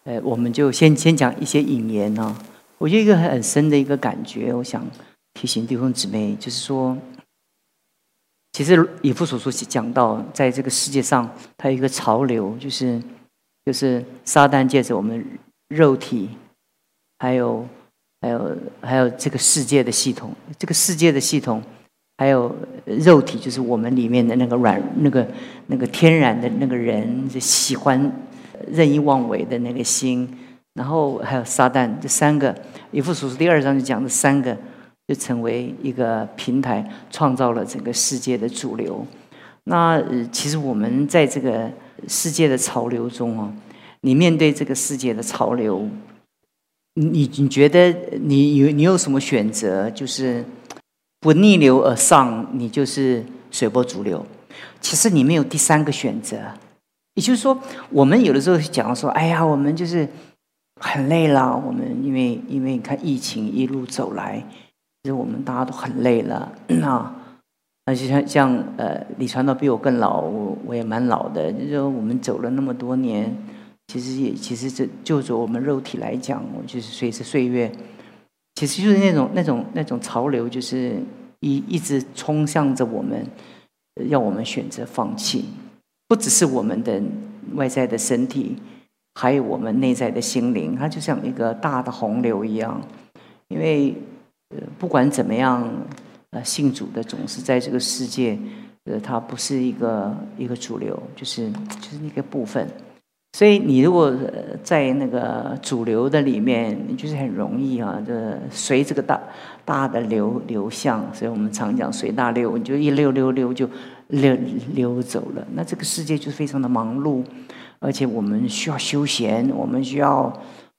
我们就先讲一些引言啊。我有一个很深的一个感觉，我想提醒弟兄姊妹，就是说，其实以弗所书讲到，在这个世界上，它有一个潮流，就是撒旦借着我们肉体，还有这个世界的系统，这个世界的系统，还有肉体，就是我们里面的那个天然的那个人，喜欢任意妄为的那个心，然后还有撒旦，这三个，以弗所书第2章就讲这三个，就成为一个平台，创造了整个世界的主流。那其实我们在这个世界的潮流中哦，你面对这个世界的潮流，你觉得你有什么选择？就是不逆流而上，你就是随波逐流。其实你没有第三个选择。也就是说，我们有的时候讲说，哎呀，我们就是很累了。我们因为你看疫情一路走来，其实我们大家都很累了。那就像李传道比我更老，我也蛮老的。就是说我们走了那么多年，其实这就着我们肉体来讲，就是随着岁月，其实就是那种潮流，就是一直冲向着我们，要我们选择放弃。不只是我们的外在的身体，还有我们内在的心灵，它就像一个大的洪流一样。因为不管怎么样，信主的总是在这个世界，它不是一个主流，就是那个部分。所以你如果在那个主流的里面，你就是很容易啊，随这个大的流向。所以我们常讲随大流，你就一溜就溜走了。那这个世界就非常的忙碌，而且我们需要休闲，我们需要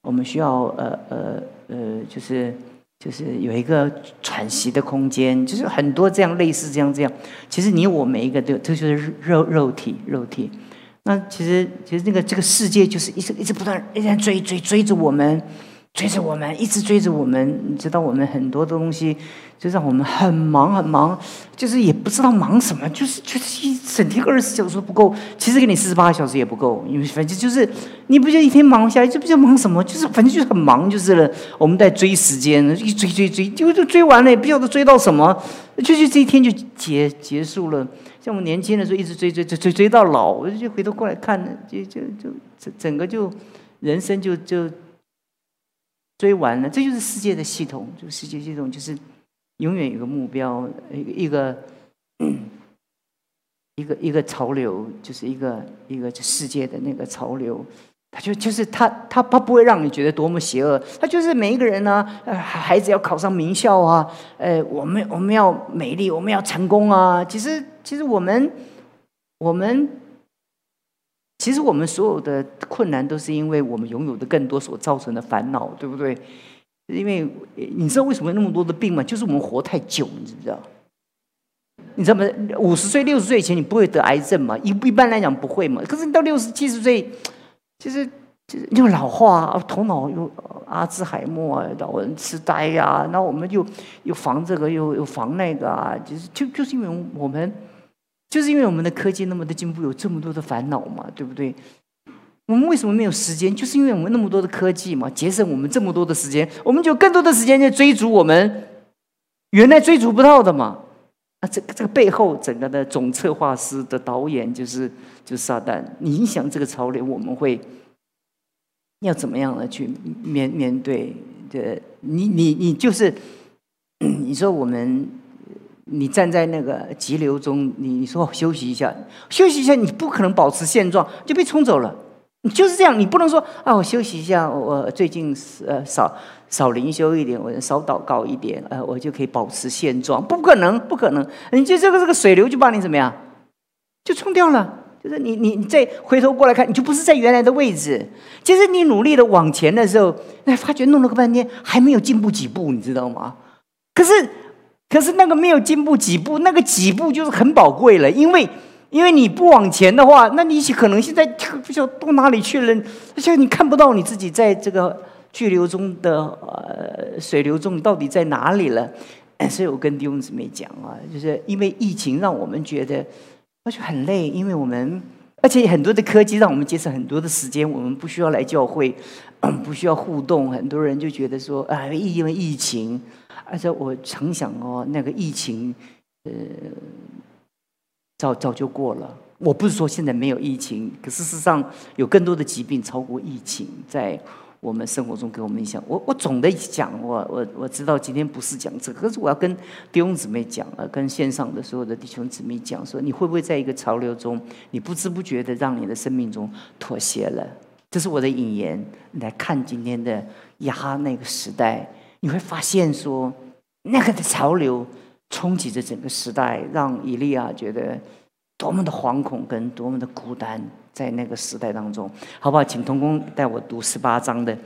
就是有一个喘息的空间，就是很多这样类似这样。其实你我每一个都，这就是肉体。那其实这个世界就是一直不断一直追着我们，一直追着我们。你知道我们很多的东西就让我们很忙，就是也不知道忙什么，就是一整天24小时都不够，其实给你48小时也不够，因为反正就是你不就一天忙下来，就不知道忙什么，就是反正就是很忙就是了。我们在追时间，一追就追完了，也不晓得追到什么，就这一天就结束了。像我们年轻的时候一直追到老，我就回头过来看，就整个就人生就追完了。这就是世界的系统，这个世界系统就是永远有个目标，一个潮流，就是一个世界的那个潮流。就是他不会让你觉得多么邪恶，他就是每一个人呢，孩子要考上名校啊，我们要美丽，我们要成功啊。其实我们所有的困难都是因为我们拥有的更多所造成的烦恼，对不对？因为你知道为什么那么多的病吗？就是我们活太久，你知不知道？你知道吗？50岁、60岁以前你不会得癌症嘛？一般来讲不会嘛。可是你到60、70岁，就是又老化，头脑又阿兹海默啊，老人痴呆啊，然后我们又防这个又防那个啊，就是因为我们的科技那么的进步，有这么多的烦恼嘛，对不对？我们为什么没有时间？就是因为我们那么多的科技嘛，节省我们这么多的时间，我们就有更多的时间去追逐我们原来追逐不到的嘛。这个背后整个的总策划师的导演就是撒旦。你影响这个潮流，我们会要怎么样的去面对？你就是你说你站在那个急流中，你说休息一下，你不可能保持现状，就被冲走了。你就是这样，你不能说啊，我休息一下，我最近少灵修一点，我少祷告一点，我就可以保持现状，不可能。你就这个水流就把你怎么样，就冲掉了。就是你再回頭过来看，你就不是在原来的位置。其实你努力的往前的时候，发觉弄了个半天还没有进步几步，你知道吗？可是那个没有进步几步，那个几步就是很宝贵了，因为你不往前的话，那你可能现在不晓得到哪里去了，而且你看不到你自己在这个巨流中的水流中到底在哪里了。所以我跟弟兄姊妹讲啊，就是因为疫情让我们觉得很累，因为我们而且很多的科技让我们节省很多的时间，我们不需要来教会，不需要互动。很多人就觉得说，因为疫情，而且我常想哦，那个疫情，早就过了。我不是说现在没有疫情，可是事实上有更多的疾病超过疫情在我们生活中给我们影响。我总的讲，我知道今天不是讲这个，可是我要跟弟兄姊妹讲，跟线上的所有的弟兄姊妹讲，说你会不会在一个潮流中，你不知不觉的让你的生命中妥协了？这是我的引言。来看今天的亚哈那个时代，你会发现说，那个的潮流冲击着整个时代，让以利亚觉得多么的惶恐跟多么的孤单，在那个时代当中，好不好？请同工带我读18章的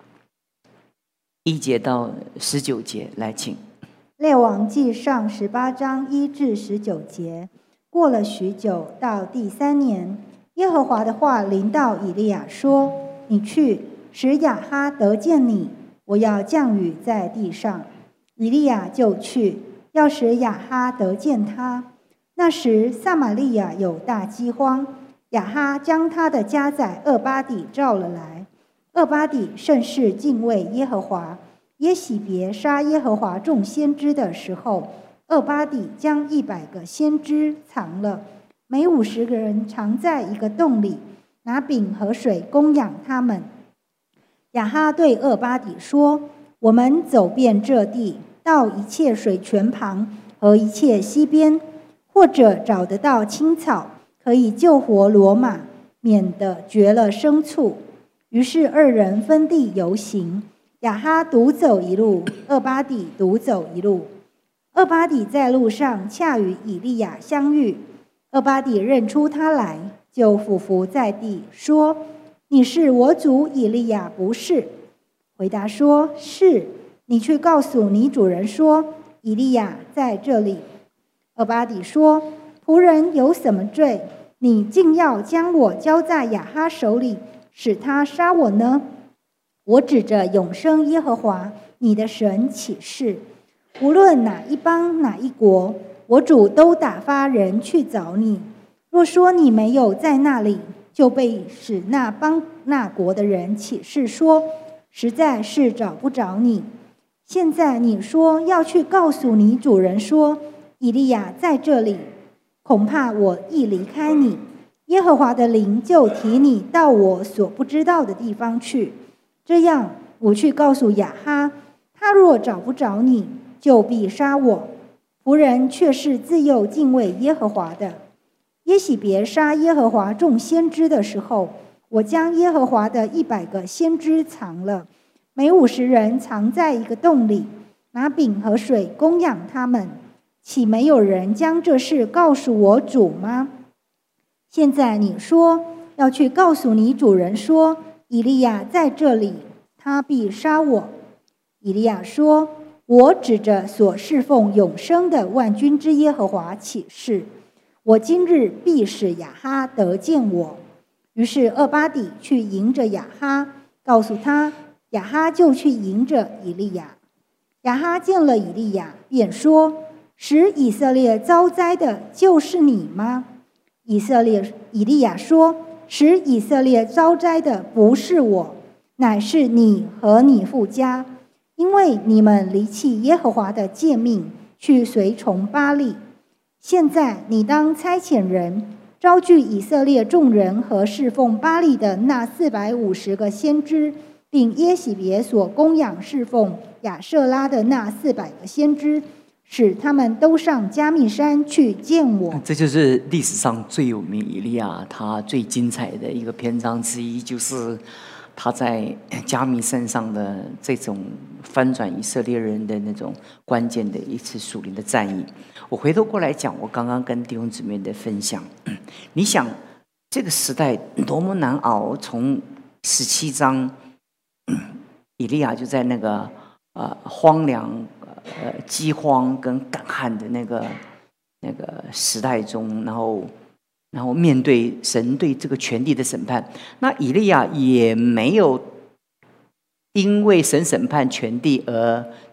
1节到19节，来，请。 列王纪上18章1至19节。过了许久，到第3年，耶和华的话临到以利亚说：“你去，使亚哈得见你，我要降雨在地上。”以利亚就去，要使亚哈得见他。那时撒玛利亚有大饥荒，亚哈将他的家宰俄巴底召了来。俄巴底甚是敬畏耶和华。耶洗别杀耶和华众先知的时候，俄巴底将100个先知藏了，每50个人藏在一个洞里，拿饼和水供养他们。亚哈对俄巴底说：“我们走遍这地，到一切水泉旁和一切溪边，或者找得到青草，可以救活骡马，免得绝了牲畜。”于是2人分地游行，亚哈独走一路，俄巴底独走一路。俄巴底在路上恰与以利亚相遇，俄巴底认出他来，就俯伏在地说：“你是我主以利亚不是？”回答说：“是。”你去告诉你主人说，以利亚在这里。俄巴底说：“仆人有什么罪？你竟要将我交在亚哈手里，使他杀我呢？我指着永生耶和华你的神起誓，无论哪一邦哪一国，我主都打发人去找你。若说你没有在那里，就被使那邦那国的人起誓说，实在是找不着你。现在你说要去告诉你主人说，以利亚在这里，恐怕我一离开你，耶和华的灵就提你到我所不知道的地方去。这样我去告诉亚哈，他若找不着你，就必杀我。仆人却是自幼敬畏耶和华的。耶洗别杀耶和华众先知的时候，我将耶和华的100个先知藏了，每50人藏在一个洞里，拿饼和水供养他们。岂没有人将这事告诉我主吗？现在你说要去告诉你主人说，以利亚在这里，他必杀我。以利亚说：“我指着所侍奉永生的万军之耶和华起誓，我今日必使亚哈得见我。”于是俄巴底去迎着亚哈，告诉他，亚哈就去迎着以利亚。亚哈见了以利亚，便说：“使以色列遭灾的就是你吗？”以利亚说：“使以色列遭灾的不是我，乃是你和你父家，因为你们离弃耶和华的诫命，去随从巴力。现在你当差遣人，招聚以色列众人和侍奉巴力的那450个先知，并耶洗别所供养侍奉亚舍拉的那400个先知，使他们都上加密山去见我。” 这就是历史上最有名以利亚他最精彩的一个篇章之一，就是他在加密山上的这种翻转以色列人的那种关键的一次属灵的战役。我回头过来讲我刚刚跟弟兄姊妹的分享，你想这个时代多么难熬，从17章以利亚就在那个荒凉饥荒跟干旱的那个时代中，然后面对神对这个全地的审判，那以利亚也没有因为神审判全地而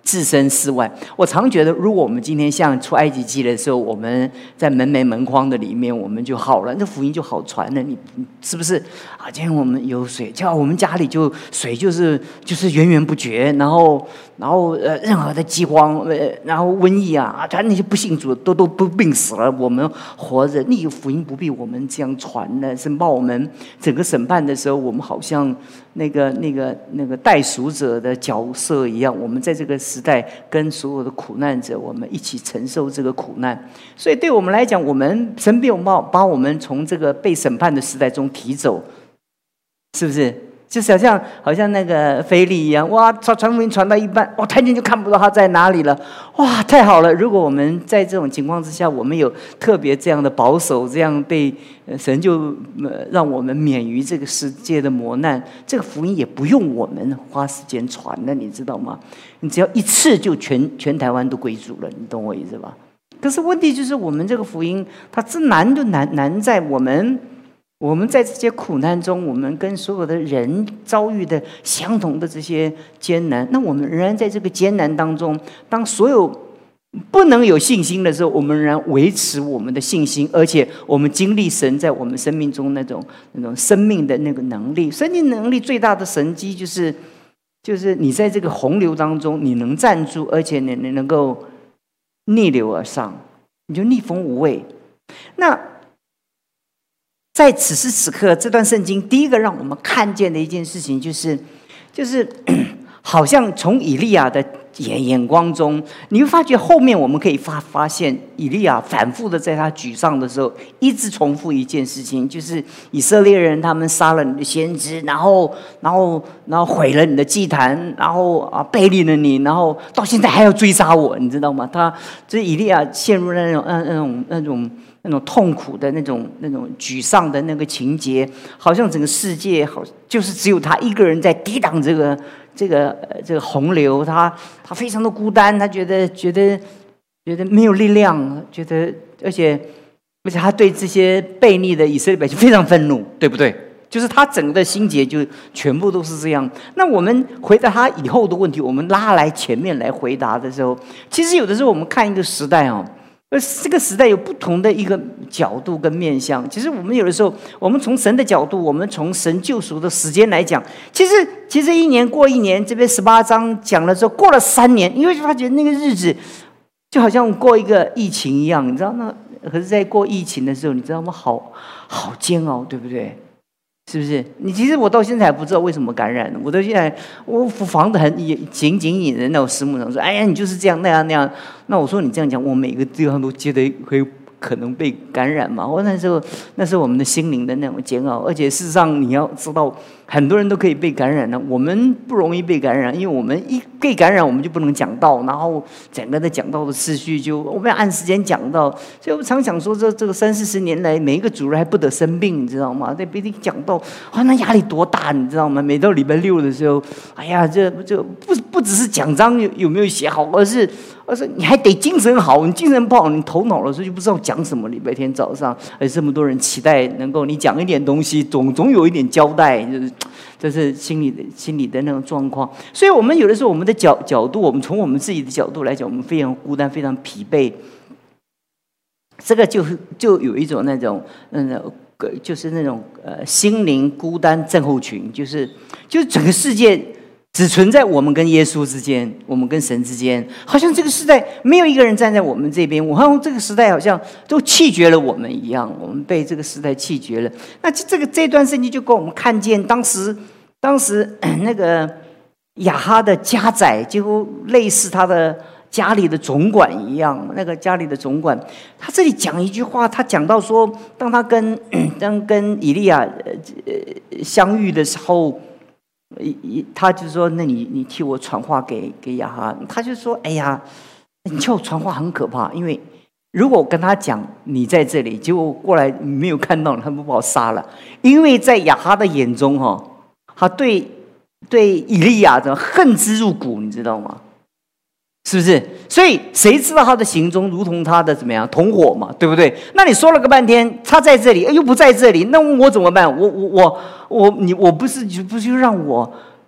置身事外。我常觉得，如果我们今天像出埃及记的时候，我们在门楣门框的里面，我们就好了，那福音就好传了。你是不是啊？今天我们有水，叫我们家里就水就是源源不绝，然后任何的饥荒然后瘟疫啊，他那些不信主都不病死了，我们活着，那个福音不必我们这样传的。审报我们整个审判的时候，我们好像那个代赎者的角色一样，我们在这个时代跟所有的苦难者，我们一起承受这个苦难。所以对我们来讲，我们神没有把我们从这个被审判的时代中提走，是不是？就是好像那个腓利一样，哇，传福音传到一半，哇，突然间就看不到他在哪里了，哇，太好了！如果我们在这种情况之下，我们有特别这样的保守，这样被神就让我们免于这个世界的磨难，这个福音也不用我们花时间传了，你知道吗？你只要一次就全台湾都归主了，你懂我意思吧？可是问题就是，我们这个福音它之难就难在我们在这些苦难中，我们跟所有的人遭遇的相同的这些艰难，那我们仍然在这个艰难当中，当所有不能有信心的时候，我们仍然维持我们的信心，而且我们经历神在我们生命中那种生命的那个能力。生命能力最大的神迹就是你在这个洪流当中，你能站住，而且你能够逆流而上，你就逆风无畏。那在此时此刻，这段圣经第一个让我们看见的一件事情，就是好像从以利亚的眼光中，你会发觉后面我们可以发现，以利亚反复的在他沮丧的时候，一直重复一件事情，就是以色列人他们杀了你的先知，然后毁了你的祭坛，然后背离了你，然后到现在还要追杀我，你知道吗？这以利亚陷入那种痛苦的那种沮丧的那个情节，好像整个世界就是只有他一个人在抵挡这个洪流，他非常的孤单，他觉得没有力量，而且他对这些悖逆的以色列百姓非常愤怒，对不对？就是他整个的心结就全部都是这样。那我们回答他以后的问题，我们拉来前面来回答的时候，其实有的时候我们看一个时代这个时代有不同的一个角度跟面向。其实我们有的时候，我们从神的角度，我们从神救赎的时间来讲，其实一年过一年，这边18章讲了之后，过了3年，你会发觉那个日子就好像过一个疫情一样，你知道那可是在过疫情的时候，你知道吗？好煎熬，对不对？是不是？其实我到现在还不知道为什么感染。我到现在我防得很紧引人。那我师母长说：“哎呀，你就是这样那样那样。”那我说你这样讲，我每个地方都觉得会可能被感染嘛。那是我们的心灵的那种煎熬。而且事实上你要知道，很多人都可以被感染了，我们不容易被感染，因为我们一被感染，我们就不能讲道，然后整个的讲道的次序我们要按时间讲道。所以我常想说，这个30-40年来，每一个主日还不得生病，你知道吗？在必须讲道，那压力多大，你知道吗？每到礼拜6的时候，哎呀，这不只是讲章有没有写好，而是你还得精神好。你精神不好，你头脑的时候就不知道讲什么。礼拜天早上，而这么多人期待能够你讲一点东西，总有一点交代，这是心里的那种状况。所以我们有的时候，我们的角度，我们从我们自己的角度来讲，我们非常孤单，非常疲惫。这个就有一种就是那种心灵孤单症候群，就是整个世界只存在我们跟耶稣之间，我们跟神之间，好像这个时代没有一个人站在我们这边，好像这个时代好像都弃绝了我们一样，我们被这个时代弃绝了。那这段圣经就给我们看见，当时那个亚哈的家宰几乎类似他的家里的总管一样。那个家里的总管，他这里讲一句话，他讲到说，当他跟以利亚相遇的时候，他就说：“那你替我传话给亚哈。”他就说：“哎呀，你叫我传话很可怕，因为如果我跟他讲你在这里，结果过来没有看到，他们把我杀了。因为在亚哈的眼中，他对以利亚的恨之入骨，你知道吗？是不是？所以谁知道他的行踪如同他的怎么样同伙嘛，对不对？那你说了个半天，他在这里又不在这里，那我怎么办？我不是就让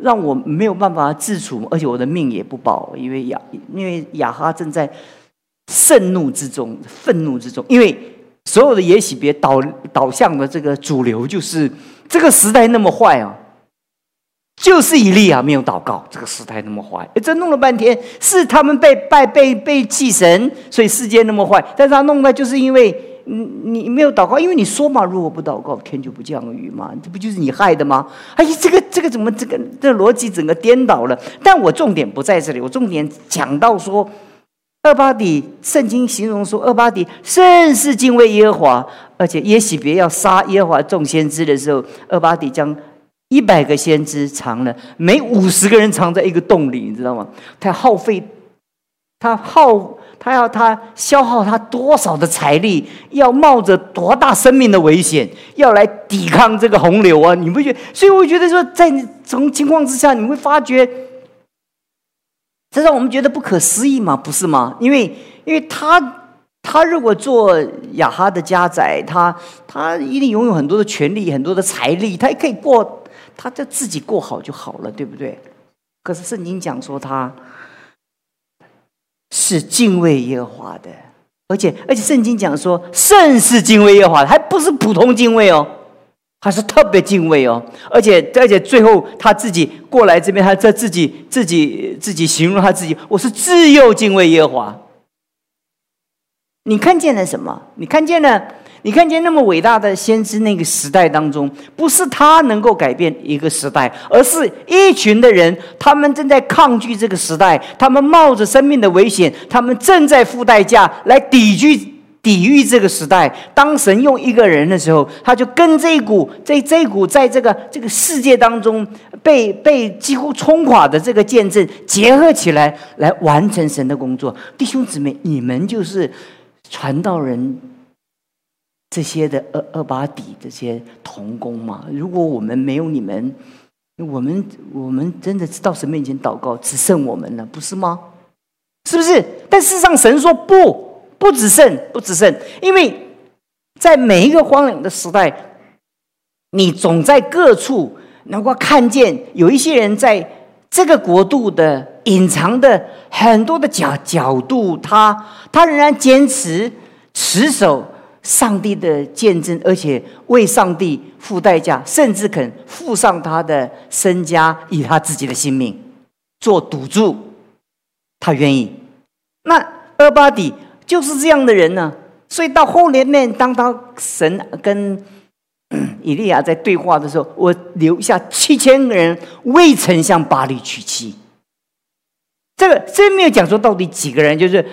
让我没有办法自处，而且我的命也不保，因为亚哈正在愤怒之中，因为所有的耶洗别导向的这个主流就是这个时代那么坏啊，就是以利亚没有祷告，这个时代那么坏，这弄了半天是他们被祭神，所以世界那么坏，但是他弄的就是因为你没有祷告，因为你说嘛，如果不祷告，天就不降雨嘛，这不就是你害的吗？哎，这个怎么这逻辑整个颠倒了？但我重点不在这里，我重点讲到说，俄巴底圣经形容说，俄巴底甚是敬畏耶和华，而且耶洗别要杀耶和华众先知的时候，俄巴底将100个先知藏了，每50个人藏在一个洞里，你知道吗？他消耗他多少的财力，要冒着多大生命的危险，要来抵抗这个洪流啊！你不觉得？所以我觉得说，在这种情况之下，你会发觉，这让我们觉得不可思议嘛，不是吗？因为他如果做亚哈的家宰，他一定拥有很多的权利，很多的财力，他也可以过，他就自己过好就好了，对不对？可是圣经讲说他是敬畏耶和华的，而且圣经讲说甚是敬畏耶和华的，还不是普通敬畏哦，还是特别敬畏哦。而且最后他自己过来这边，他在自己形容他自己，我是自幼敬畏耶和华。你看见了什么？你看见那么伟大的先知，那个时代当中，不是他能够改变一个时代，而是一群的人，他们正在抗拒这个时代，他们冒着生命的危险，他们正在付代价来抵御这个时代。当神用一个人的时候，他就跟这一股在这个世界当中被几乎冲垮的这个见证结合起来，来完成神的工作。弟兄姊妹，你们就是传道人这些的俄巴底这些同工嘛。如果我们没有你们，我们真的到神面前祷告，只剩我们了，不是吗？是不是？但事实上神说不只剩，因为在每一个荒凉的时代，你总在各处能够看见有一些人在这个国度的隐藏的很多的角度，他仍然坚持持守上帝的见证，而且为上帝付代价，甚至肯付上他的身家，以他自己的性命做赌注，他愿意。那俄巴底就是这样的人呢。所以到后面，当神跟以利亚在对话的时候，我留下7000个人未曾向巴力娶妻。这没有讲说到底几个人，就是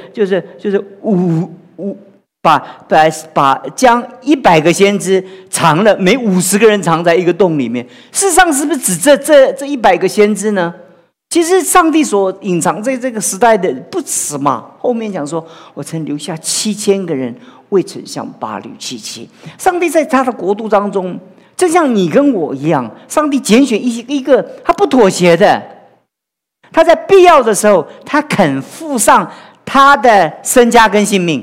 把将100个先知藏了，每50个人藏在一个洞里面。事实上，是不是指这100个先知呢？其实上帝所隐藏在这个时代的不止嘛。后面讲说，我曾留下7000个人未曾向巴力娶妻。上帝在他的国度当中，就像你跟我一样，上帝拣选一个他不妥协的，他在必要的时候，他肯付上他的身家跟性命。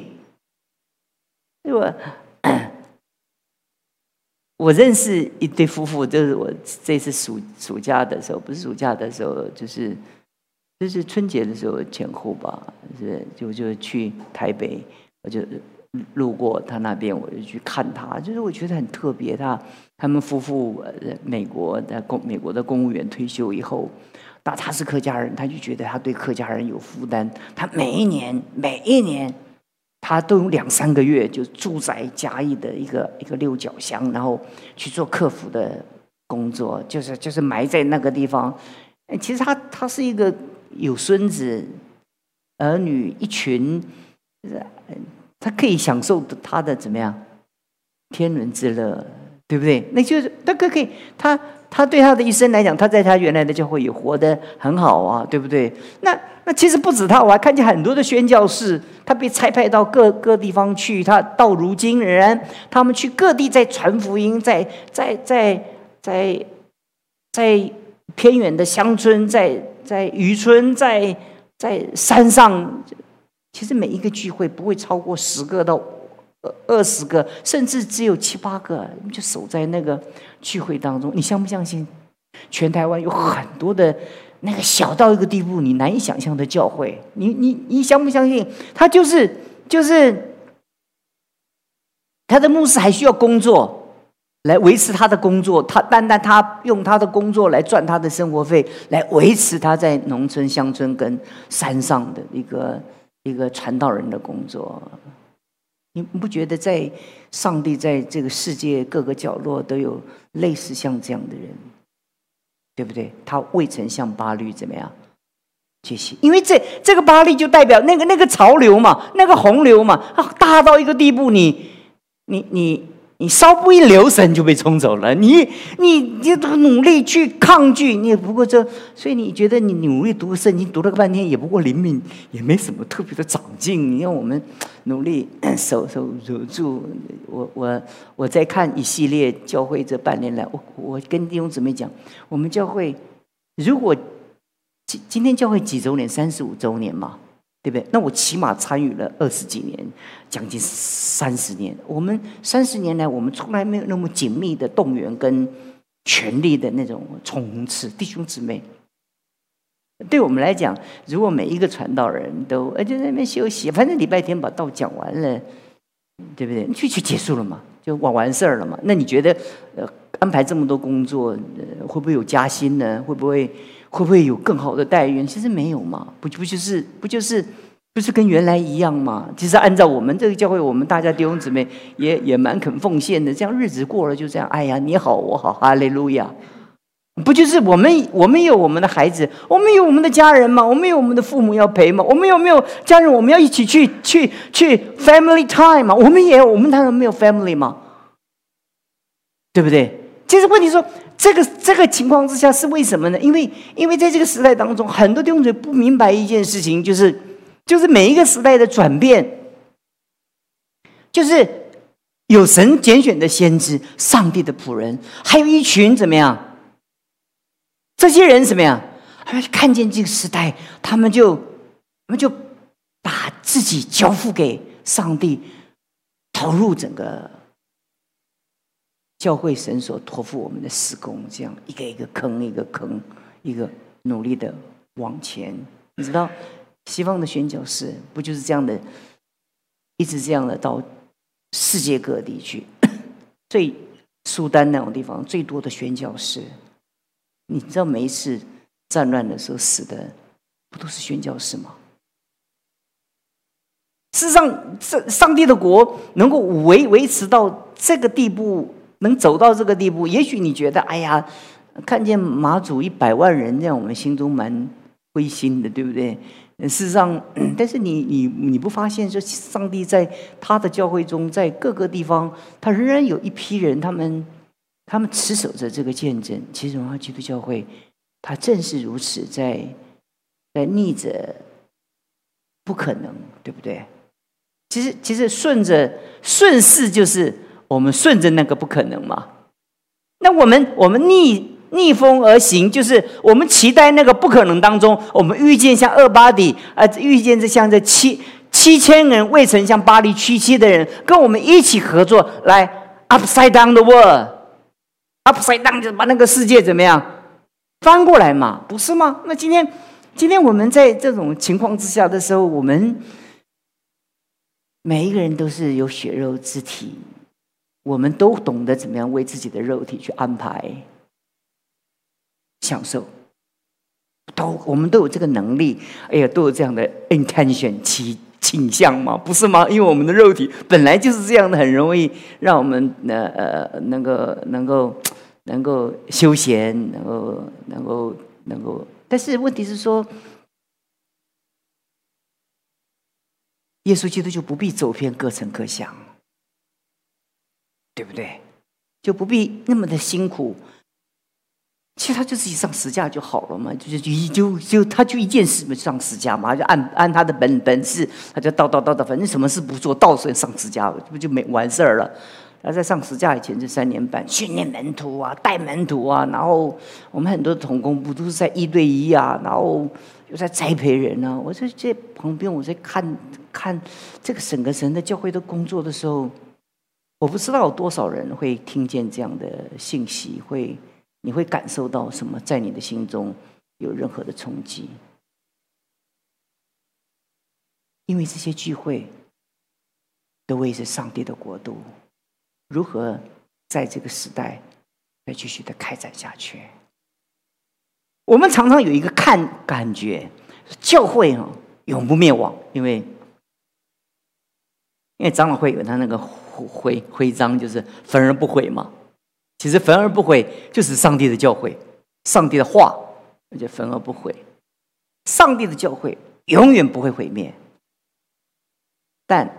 我认识一对夫妇，就是我这次暑假的时候，不是暑假的时候，就是春节的时候前后吧，就去台北，我就路过他那边，我就去看他，就是我觉得很特别。他们夫妇美国的公务员退休以后，那他是客家人，他就觉得他对客家人有负担，他每一年他都有2-3个月就住在嘉义的一个六角乡，然后去做客服的工作，就是埋在那个地方。其实他是一个有孙子儿女一群，他可以享受他的怎么样天伦之乐，对不对？那就是他可以，他对他的一生来讲，他在他原来的教会也活得很好啊，对不对？那其实不止他，我还看见很多的宣教士，他被差派到各地方去，他到如今仍然他们去各地在传福音，在偏远的乡村，在渔村，在山上，其实每一个聚会不会超过10个到20个，甚至只有7-8个，就守在那个聚会当中。你相不相信？ 全台湾有很多的那个小到一个地步，你难以想象的教会，你相不相信？他就是他的牧师还需要工作来维持他的工作，但他用他的工作来赚他的生活费，来维持他在农村、乡村跟山上的一个传道人的工作。你不觉得在上帝在这个世界各个角落都有类似像这样的人，对不对？他未曾向巴律怎么样学习，因为这个巴律就代表那个潮流嘛，那个洪流嘛，大到一个地步，你稍不一留神就被冲走了，你努力去抗拒，你也不过所以你觉得你努力读圣经读了个半天，也不过灵命也没什么特别的长进。你让我们努力守住。我在看一系列教会这半年来，我跟弟兄姊妹讲，我们教会如果今天教会几周年，35周年嘛。对不对？那我起码参与了20几年，将近30年。我们30年来，我们从来没有那么紧密的动员跟权力的那种冲刺。弟兄姊妹，对我们来讲，如果每一个传道人都就在那边休息，反正礼拜天把道讲完了，对不对？就结束了嘛，就完事儿了嘛。那你觉得安排这么多工作，会不会有加薪呢？会不会有更好的待遇？其实没有嘛，不就是跟原来一样嘛？其实按照我们这个教会，我们大家弟兄姊妹也蛮肯奉献的，这样日子过了就这样。哎呀，你好我好，哈利路亚！不就是我们有我们的孩子，我们有我们的家人嘛，我们有我们的父母要陪嘛，我们有没有家人？我们要一起去 family time 嘛？我们当然没有 family 嘛，对不对？其实问题说，这个情况之下是为什么呢？因为在这个时代当中，很多弟兄姊妹不明白一件事情，就是每一个时代的转变，就是有神拣选的先知、上帝的仆人，还有一群怎么样？这些人怎么样？他们看见这个时代，他们就把自己交付给上帝，投入整个教会神所托付我们的事工，这样一个一个坑，一个努力的往前。你知道西方的宣教士不就是这样的，一直这样的到世界各地去？最苏丹那种地方最多的宣教士，你知道每一次战乱的时候死的不都是宣教士吗？事实上，上帝的国能够维持到这个地步，能走到这个地步，也许你觉得，哎呀，看见马祖100万人，这样我们心中蛮灰心的，对不对？事实上，但是你不发现，说上帝在他的教会中，在各个地方，他仍然有一批人，他们持守着这个见证。其实荣耀基督教会，他正是如此，在逆着不可能，对不对？其实顺势就是我们顺着那个不可能嘛。那我们逆风而行，就是我们期待那个不可能当中，我们遇见像厄巴底，遇见像这7000人未曾向巴黎屈膝的人，跟我们一起合作来 upside down the world。upside down 就是把那个世界怎么样翻过来嘛，不是吗？那今天我们在这种情况之下的时候，我们每一个人都是有血肉之体，我们都懂得怎么样为自己的肉体去安排享受，我们都有这个能力，哎呀，都有这样的 intention 倾向嘛，不是吗？因为我们的肉体本来就是这样的，很容易让我们能够休闲，能够，但是问题是说，耶稣基督就不必走遍各城各乡，对不对？就不必那么的辛苦。其实他就自己上十架就好了嘛，他就一件事上十架嘛，就按他的本事，他就倒，反正什么事不做，倒水上十架，不就没完事儿了？他在上十架以前这3年半训练门徒啊，带门徒啊，然后我们很多的同工不都是在1对1啊，然后又在栽培人啊。我在旁边，我在看这个整个神的教会的工作的时候，我不知道有多少人会听见这样的信息，会你会感受到什么在你的心中有任何的冲击？因为这些聚会都为是上帝的国度如何在这个时代再继续的开展下去。我们常常有一个感觉，教会永不灭亡，因为长老会有他那个徽章，就是焚而不毁嘛。其实焚而不毁就是上帝的教会，上帝的话，而且焚而不毁，上帝的教会永远不会毁灭。但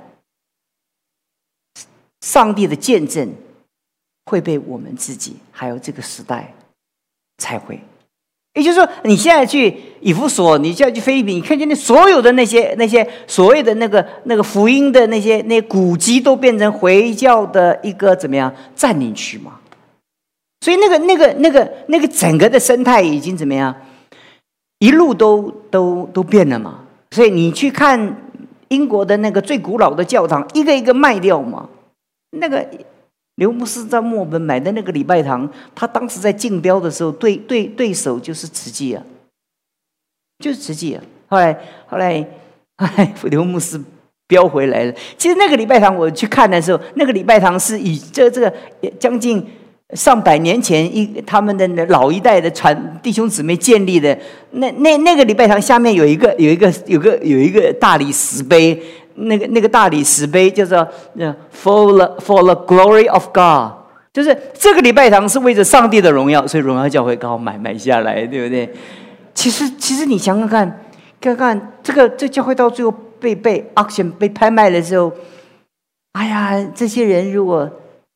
上帝的见证会被我们自己还有这个时代拆毁。也就是说，你现在去以弗所，你现在去腓立比，你看见那所有的那些所谓的那个福音的那些古迹，都变成回教的一个怎么样占领区嘛？所以那个整个的生态已经怎么样，一路都变了嘛。所以你去看英国的那个最古老的教堂，一个一个卖掉嘛。那个刘牧师在墨尔本买的那个礼拜堂，他当时在竞标的时候，对手就是慈济啊，就是慈济啊。后来刘牧师标回来了。其实那个礼拜堂我去看的时候，那个礼拜堂是以这个将近上百年前他们的老一代的弟兄姊妹建立的。那个礼拜堂下面有一个大理石碑。那个大理石碑叫做 For the glory of God， 就是这个礼拜堂是为着上帝的荣耀，所以荣耀教会刚好买下来，对不对？其实你想想看这教会到最后被 auction 被拍卖的时候，哎呀，这些人如果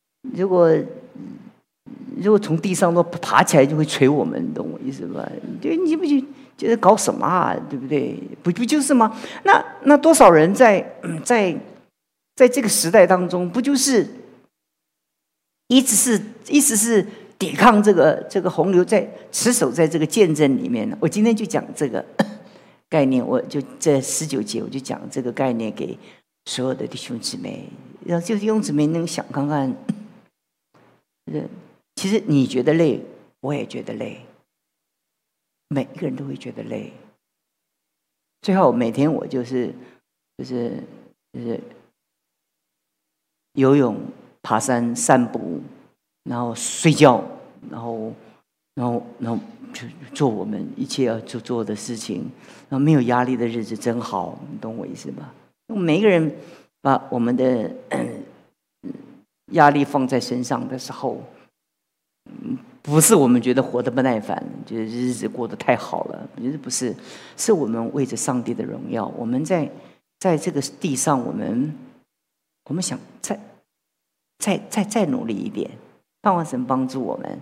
从地上都爬起来，就会捶我们，你懂我意思吧？你不觉得搞什么啊？对不对？不就是吗？那多少人在这个时代当中，不就是一直是抵抗这个洪流，在持守在这个见证里面呢？我今天就讲这个概念，我就这19节我就讲这个概念给所有的弟兄姊妹，然后就弟兄姊妹能想看看，其实你觉得累，我也觉得累。每一个人都会觉得累。最后每天我就是游泳、爬山、散步，然后睡觉，然后就做我们一切要做的事情。然后没有压力的日子真好，你懂我意思吧？每一个人把我们的压力放在身上的时候，不是我们觉得活得不耐烦，觉得日子过得太好了，不是，是我们为着上帝的荣耀，我们在这个地上，我们想再努力一点，盼望神帮助我们。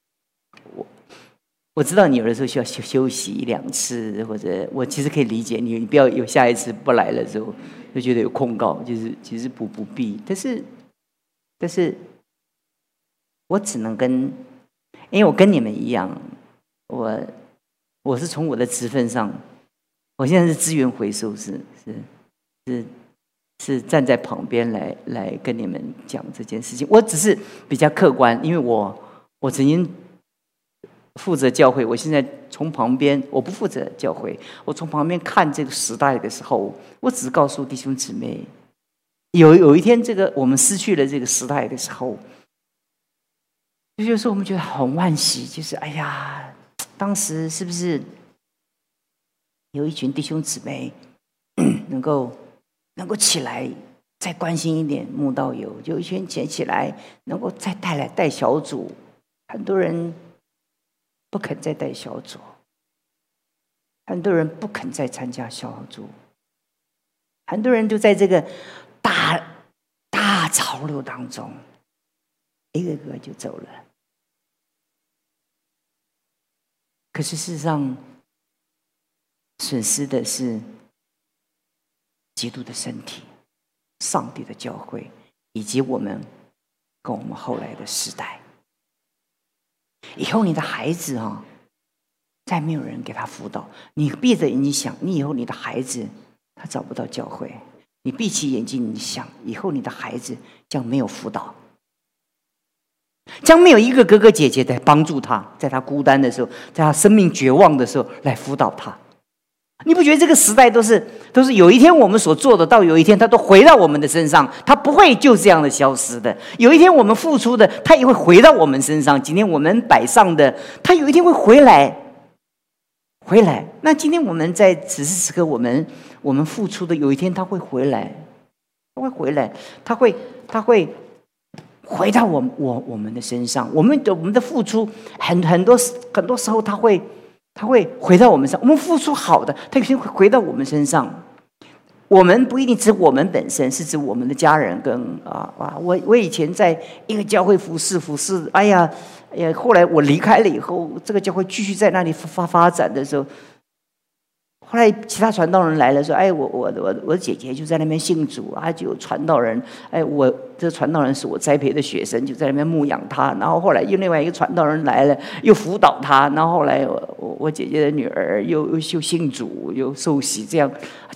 我知道你有的时候需要休息1-2次，或者我其实可以理解你不要有下一次不来了之后就觉得有控告，就是其实不必，但是我只能因为我跟你们一样，我是从我的职分上，我现在是资源回收，是站在旁边来跟你们讲这件事情。我只是比较客观，因为我曾经负责教会，我现在从旁边，我不负责教会，我从旁边看这个时代的时候，我只告诉弟兄姊妹，有一天我们失去了这个时代的时候。就是我们觉得很惋惜，就是哎呀，当时是不是有一群弟兄姊妹能够起来再关心一点慕道友，有一群起来能够再带小组，很多人不肯再带小组，很多人不肯再参加小组，很多人就在这个大潮流当中一个个就走了。可是事实上，损失的是基督的身体、上帝的教会，以及我们跟我们后来的时代。以后你的孩子再没有人给他辅导，你闭着眼睛想，你以后你的孩子他找不到教会，你闭起眼睛你想，以后你的孩子将没有辅导。 将没有一个哥哥姐姐来帮助他，在他孤单的时候，在他生命绝望的时候来辅导他。你不觉得这个时代都是有一天我们所做的，到有一天他都回到我们的身上，他不会就这样的消失的。有一天我们付出的，他也会回到我们身上。今天我们摆上的，他有一天会回来。那今天我们在此时此刻，我们付出的，有一天他会回来，他会回到我们的身上。我们的付出很多时候，他会回到我们身上。我们付出好的，他有一天会回到我们身上。我们不一定指我们本身，是指我们的家人跟我以前在一个教会服侍，哎呀，后来我离开了以后，这个教会继续在那里发展的时候，后来其他传道人来了，说：“哎，我的姐姐就在那边信主啊，就有传道人，哎，我这传道人是我栽培的学生，就在那边牧养他。然后后来又另外一个传道人来了，又辅导他。然后后来我姐姐的女儿又信主，又受洗，这样。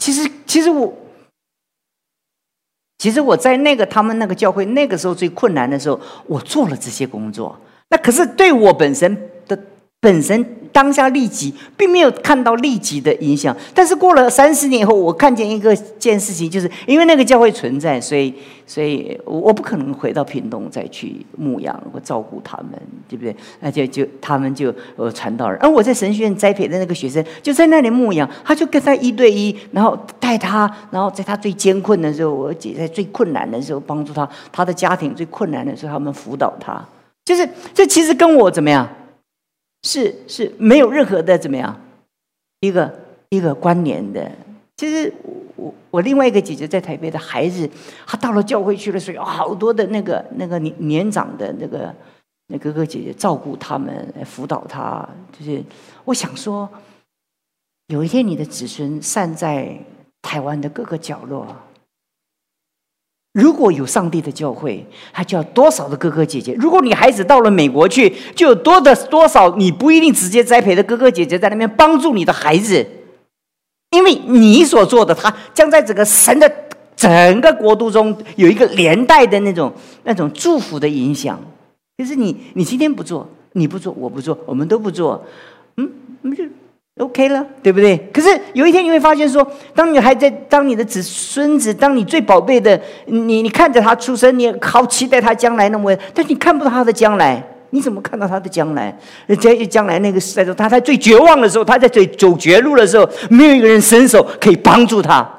其实我在他们那个教会那个时候最困难的时候，我做了这些工作。那可是对我本身当下立即并没有看到立即的影响，但是过了30年以后，我看见一件事情，就是因为那个教会存在，所以我不可能回到屏东再去牧养或照顾他们，对不对？那就他们就传道人，而我在神学院栽培的那个学生就在那里牧养，他就跟他1对1，然后带他，然后在他最艰困的时候，我姐在最困难的时候帮助他，他的家庭最困难的时候，他们辅导他，就是这其实跟我怎么样？是没有任何的怎么样一个关联的。其实我另外一个姐姐在台北的孩子，她到了教会去了，所以好多的那个年长的那哥哥姐姐照顾他们，辅导他。就是我想说，有一天你的子孙散在台湾的各个角落，如果有上帝的教会，他就要多少的哥哥姐姐。如果你孩子到了美国去，就有多少你不一定直接栽培的哥哥姐姐在那边帮助你的孩子，因为你所做的，他将在整个神的整个国度中有一个连带的那种祝福的影响。可是你今天不做，你不做，我不做，我们都不做，我们就OK 了，对不对？可是有一天你会发现说，当你的孙子，当你最宝贝的，你看着他出生，你好期待他将来那么，但你看不到他的将来，你怎么看到他的将来？在将来那个时代中，他在最绝望的时候，他在最走绝路的时候，没有一个人伸手可以帮助他。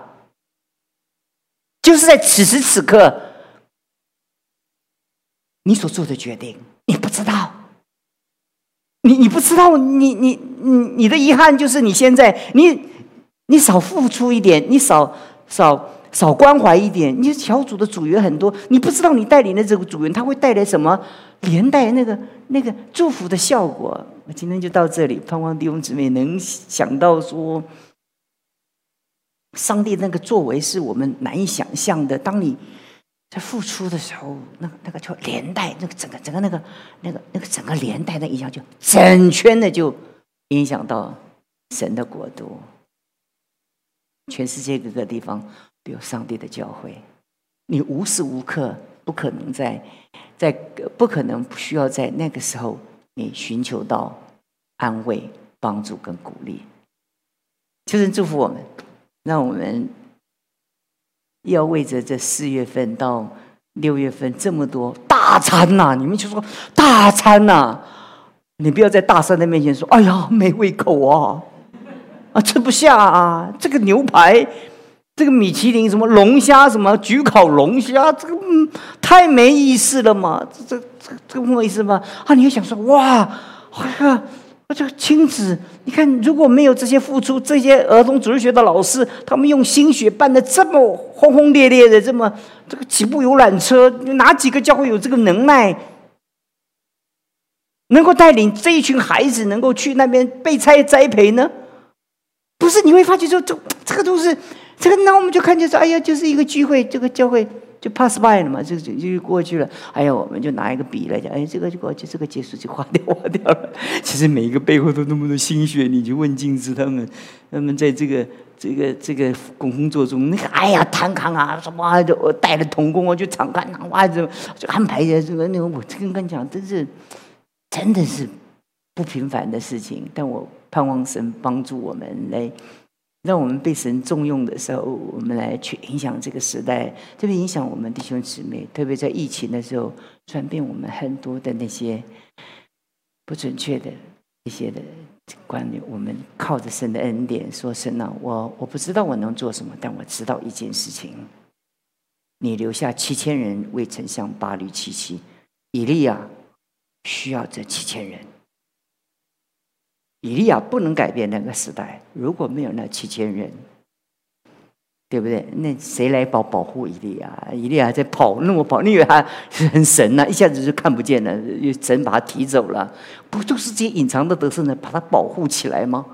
就是在此时此刻，你所做的决定，你不知道。你不知道，你的遗憾就是你现在你少付出一点，你少关怀一点。你小组的组员很多，你不知道你带领的这个组员他会带来什么连带那个祝福的效果。我今天就到这里，盼望弟兄姊妹能想到说，上帝那个作为是我们难以想象的。当你在付出的时候，那个就连带那个整个整个连带的影响，就整圈的就影响到神的国度。全世界各个地方都有上帝的教会，你无时无刻不可能不可能不需要在那个时候你寻求到安慰、帮助跟鼓励。求神祝福我们，让我们要为着这4月份到6月份这么多大餐呐，你们就说大餐呐，你不要在大山的面前说：“哎呀，没胃口啊，吃不下啊！这个牛排，这个米其林什么龙虾，什么焗烤龙虾，这个太没意思了嘛！这个没意思吗？你会想说哇，这个亲子，你看如果没有这些付出，这些儿童主日学的老师，他们用心血办的这么轰轰烈烈的，这个几部游览车，哪几个教会有这个能耐，能够带领这一群孩子能够去那边被栽培呢？不是，你会发觉说这个都是这个，那我们就看见说，哎呀，就是一个聚会，这个教会就 pass by 了嘛，就过去了。哎呀，我们就拿一个笔来讲，哎，这个就过去，这个结束就划掉了。其实每一个背后都那么多心血，你就问镜子他们在这个这个工作中，那个哎呀弹扛啊什么啊，我带了童工，我就常看啊，哇，就安排的这个那个，我跟你讲，真的是不平凡的事情。但我盼望神帮助我们来。让我们被神重用的时候，我们来去影响这个时代，特别影响我们弟兄姊妹，特别在疫情的时候，转变我们很多的那些不准确的一些的观念。我们靠着神的恩典说：“神啊，我不知道我能做什么，但我知道一件事情：你留下7000人为丞相巴律七七，以利亚需要这7000人。”以利亚不能改变那个时代，如果没有那7000人，对不对？那谁来保护以利亚？以利亚在跑，那么跑，你以为他是很神啊？一下子就看不见了，神把他提走了，不就是这些隐藏的得胜呢？把他保护起来吗？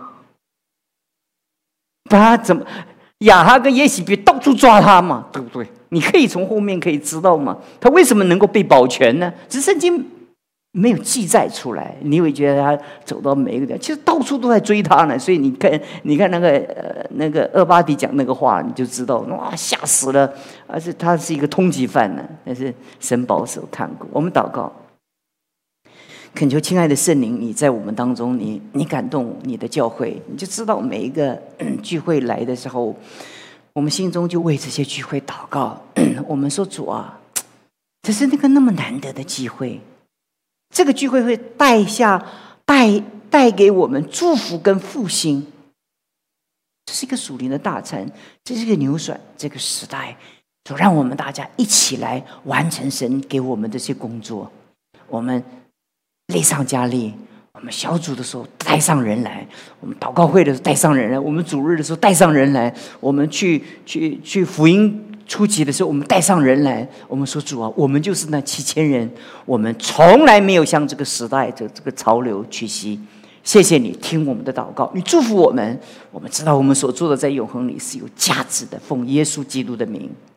把他怎么？亚哈跟耶洗别到处抓他嘛，对不对？你可以从后面可以知道嘛，他为什么能够被保全呢？只是圣经没有记载出来，你会觉得他走到每一个地方，其实到处都在追他呢。所以你看那个厄巴底讲那个话，你就知道，哇，吓死了！而且他是一个通缉犯呢，但是神保守看顾。我们祷告，恳求亲爱的圣灵，你在我们当中，你感动你的教会，你就知道每一个聚会来的时候，我们心中就为这些聚会祷告。我们说主啊，这是那个那么难得的机会。这个聚会会带给我们祝福跟复兴，这是一个属灵的大餐，这是一个扭转这个时代，就让我们大家一起来完成神给我们这些工作。我们力上加力，我们小组的时候带上人来，我们祷告会的时候带上人来，我们主日的时候带上人来，我们去福音初期的时候，我们带上人来，我们说主啊，我们就是那7000人，我们从来没有向这个时代的这个潮流屈膝。谢谢你听我们的祷告，你祝福我们，我们知道我们所做的在永恒里是有价值的。奉耶稣基督的名。